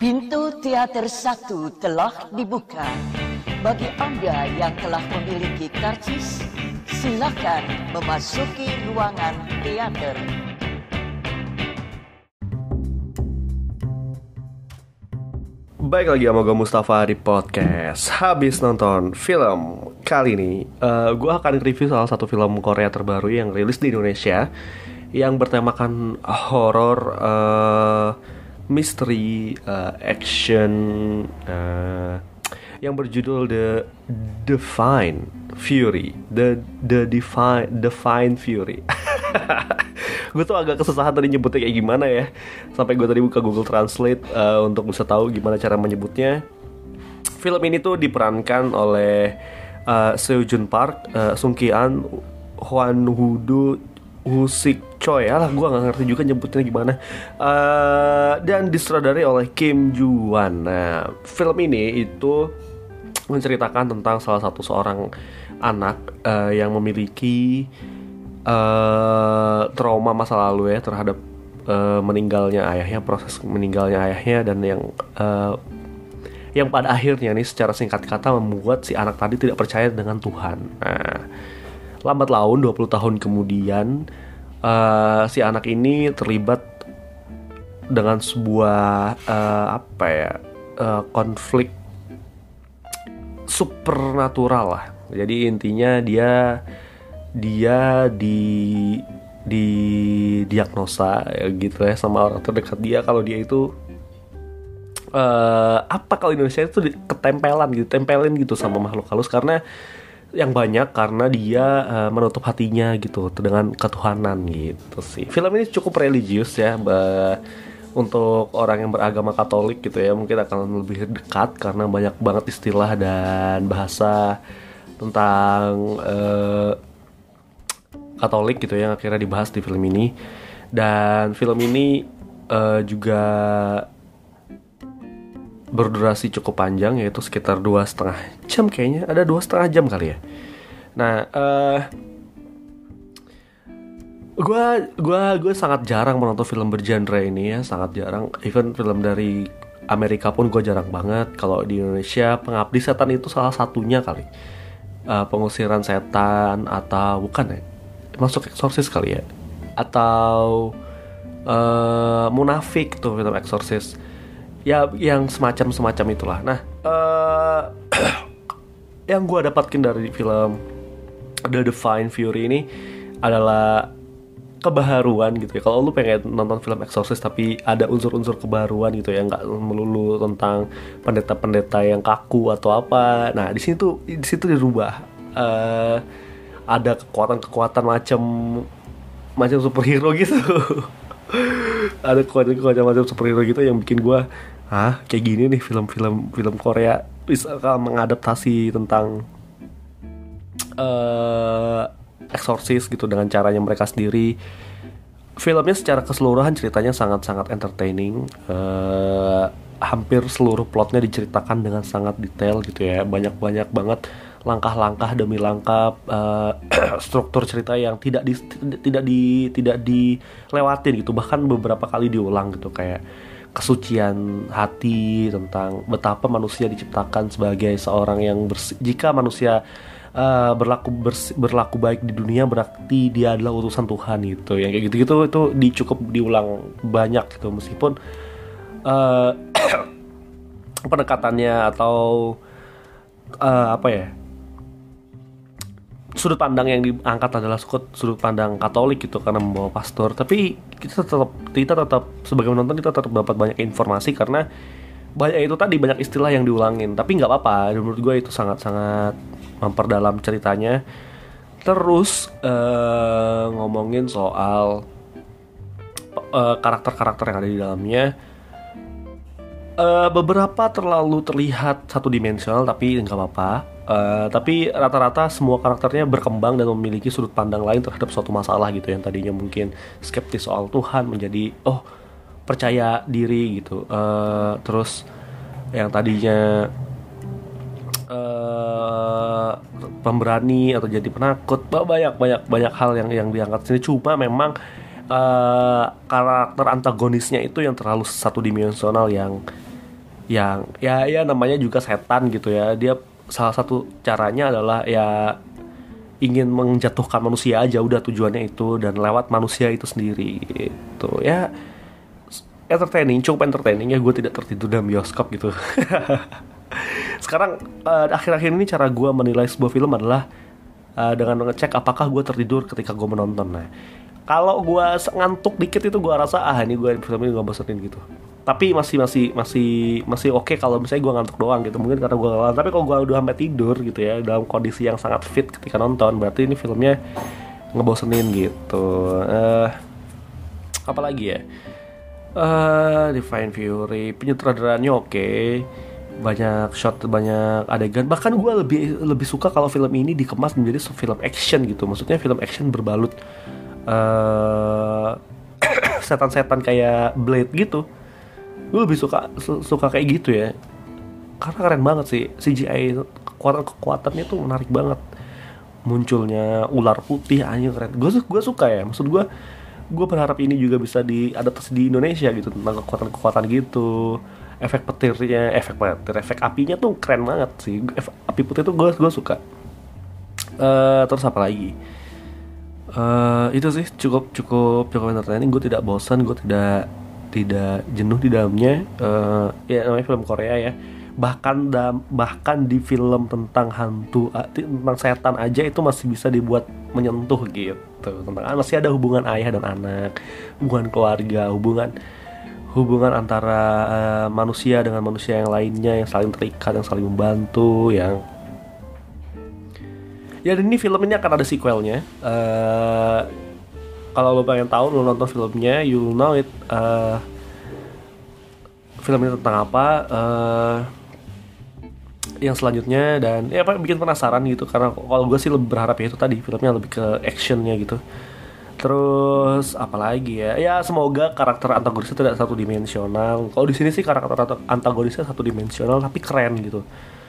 Pintu teater 1 telah dibuka. Bagi Anda yang telah memiliki karcis, silakan memasuki ruangan teater. Baik lagi sama gue Mustafa di podcast Habis nonton film. Kali ini gue akan review salah satu film Korea terbaru yang rilis di Indonesia, yang bertemakan horor, misteri, action, yang berjudul The Divine Fury. The Divine Fury. Gue tuh agak kesusahan tadi nyebutnya kayak gimana ya. Sampai gue tadi buka Google Translate untuk bisa tahu gimana cara menyebutnya. Film ini tuh diperankan oleh Seo Joon Park, Sung Ki An, Hwan Woo-do, Woo Sik Choi. Alah, gue gak ngerti juga nyebutnya gimana. Dan disutradarai oleh Kim Joo Wan. Nah, film ini itu menceritakan tentang salah satu seorang anak yang memiliki trauma masa lalu ya terhadap meninggalnya ayahnya, proses meninggalnya ayahnya, dan yang pada akhirnya nih secara singkat kata membuat si anak tadi tidak percaya dengan Tuhan. Nah, lambat laun 20 tahun kemudian si anak ini terlibat dengan sebuah konflik supernatural lah. Jadi intinya dia diagnosa ya gitu ya sama orang terdekat dia kalau dia itu kalau Indonesia itu tempelin gitu sama makhluk halus, karena karena dia menutup hatinya gitu dengan ketuhanan gitu sih. Film ini cukup religius ya, untuk orang yang beragama Katolik gitu ya mungkin akan lebih dekat karena banyak banget istilah dan bahasa tentang Katolik gitu yang akhirnya dibahas di film ini. Dan film ini juga berdurasi cukup panjang, yaitu sekitar 2,5 jam kayaknya, ada 2,5 jam kali ya. Nah, gue sangat jarang menonton film bergenre ini ya, sangat jarang. Even film dari Amerika pun gue jarang banget. Kalau di Indonesia Pengabdi Setan itu salah satunya kali. Pengusiran setan atau bukan ya? Masuk Eksorsis kali ya, atau Munafik tuh film Eksorsis ya, yang semacam itulah. Nah, yang gue dapatkan dari film The Divine Fury ini adalah kebaharuan gitu ya. Kalau lu pengen nonton film Eksorsis tapi ada unsur-unsur kebaharuan gitu ya, nggak melulu tentang pendeta-pendeta yang kaku atau apa. Nah, di situ dirubah. Ada kekuatan macam superhero gitu. Ada kekuatan macam superhero gitu yang bikin gue, kayak gini nih film Korea bisa mengadaptasi tentang Exorcist gitu dengan caranya mereka sendiri. Filmnya secara keseluruhan ceritanya sangat-sangat entertaining. Hampir seluruh plotnya diceritakan dengan sangat detail gitu ya. Banyak banget langkah-langkah demi langkah, struktur cerita yang tidak dilewatin gitu, bahkan beberapa kali diulang gitu, kayak kesucian hati, tentang betapa manusia diciptakan sebagai seorang yang jika manusia berlaku baik di dunia berarti dia adalah utusan Tuhan gitu, yang kayak gitu itu cukup diulang banyak gitu, meskipun pendekatannya atau sudut pandang yang diangkat adalah sudut pandang Katolik gitu karena membawa pastor, tapi kita tetap sebagai penonton kita tetap dapat banyak informasi karena banyak istilah yang diulangin, tapi nggak apa-apa. Menurut gue itu sangat-sangat memperdalam ceritanya. Terus ngomongin soal karakter-karakter yang ada di dalamnya, beberapa terlalu terlihat satu dimensional, tapi nggak apa-apa. Tapi rata-rata semua karakternya berkembang dan memiliki sudut pandang lain terhadap suatu masalah gitu. Yang tadinya mungkin skeptis soal Tuhan menjadi percaya diri gitu. Terus yang tadinya pemberani atau jadi penakut, banyak hal yang diangkat sini. Cuma memang karakter antagonisnya itu yang terlalu satu dimensional, yang yang ya namanya juga setan gitu ya. Dia salah satu caranya adalah ya ingin menjatuhkan manusia aja, udah tujuannya itu, dan lewat manusia itu sendiri gitu ya. Entertaining, cukup entertaining ya, gue tidak tertidur dalam bioskop gitu. Sekarang akhir-akhir ini cara gue menilai sebuah film adalah dengan ngecek apakah gue tertidur ketika gue menonton. Nah, kalau gue ngantuk dikit itu gue rasa ini film ini gak bosenin gitu. Tapi masih oke kalau misalnya gue ngantuk doang gitu, mungkin karena gue lelah. Tapi kalau gue udah sampai tidur gitu ya, dalam kondisi yang sangat fit ketika nonton, berarti ini filmnya ngebosenin gitu. Apalagi ya, Divine Fury, penyutradaranya oke, banyak shot, banyak adegan. Bahkan gue lebih suka kalau film ini dikemas menjadi film action gitu. Maksudnya film action berbalut setan-setan kayak Blade gitu. Gue lebih suka kayak gitu ya, karena keren banget sih CGI. Kekuatannya tuh menarik banget. Munculnya ular putih aja keren. Gue suka ya. Maksud gue berharap ini juga bisa diadaptasi di Indonesia gitu, tentang kekuatan gitu. Efek apinya tuh keren banget sih. Api putih tuh gue suka. Terus apa lagi? Itu sih cukup entertaining. Gue tidak bosan, gue tidak jenuh di dalamnya. Ya namanya film Korea ya. Bahkan di film tentang hantu, tentang setan aja itu masih bisa dibuat menyentuh gitu. Tentang masih ada hubungan ayah dan anak, hubungan keluarga, hubungan antara manusia dengan manusia yang lainnya, yang saling terikat, yang saling membantu, yang ya. Dan ini film ini akan ada sequelnya. Kalau lo pengen tahu, lo nonton filmnya, you'll know it. Film ini tentang apa, yang selanjutnya, dan ya apa bikin penasaran gitu. Karena kalau gue sih lebih berharap ya itu tadi, filmnya lebih ke actionnya gitu. Terus apalagi ya? Ya semoga karakter antagonisnya tidak satu dimensional. Kalau di sini sih karakter antagonisnya satu dimensional tapi keren gitu.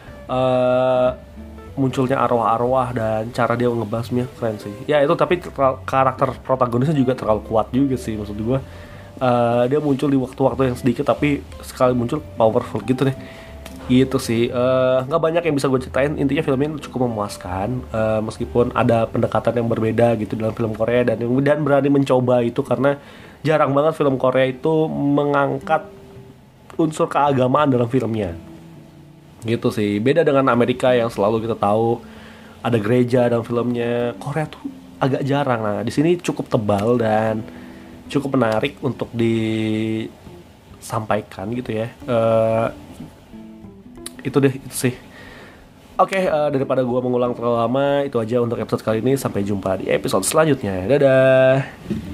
Munculnya arwah-arwah dan cara dia ngebahasnya keren sih. Ya itu, tapi karakter protagonisnya juga terlalu kuat juga sih, maksud gue. Dia muncul di waktu-waktu yang sedikit tapi sekali muncul powerful gitu deh. Gitu sih. Nggak banyak yang bisa gue ceritain. Intinya film ini cukup memuaskan, meskipun ada pendekatan yang berbeda gitu dalam film Korea, dan berani mencoba itu, karena jarang banget film Korea itu mengangkat unsur keagamaan dalam filmnya. Gitu sih. Beda dengan Amerika yang selalu kita tahu ada gereja dalam filmnya. Korea tuh agak jarang. Nah, di sini cukup tebal dan cukup menarik untuk disampaikan gitu ya. Itu sih. Oke, daripada gua mengulang terlalu lama, itu aja untuk episode kali ini. Sampai jumpa di episode selanjutnya. Dadah.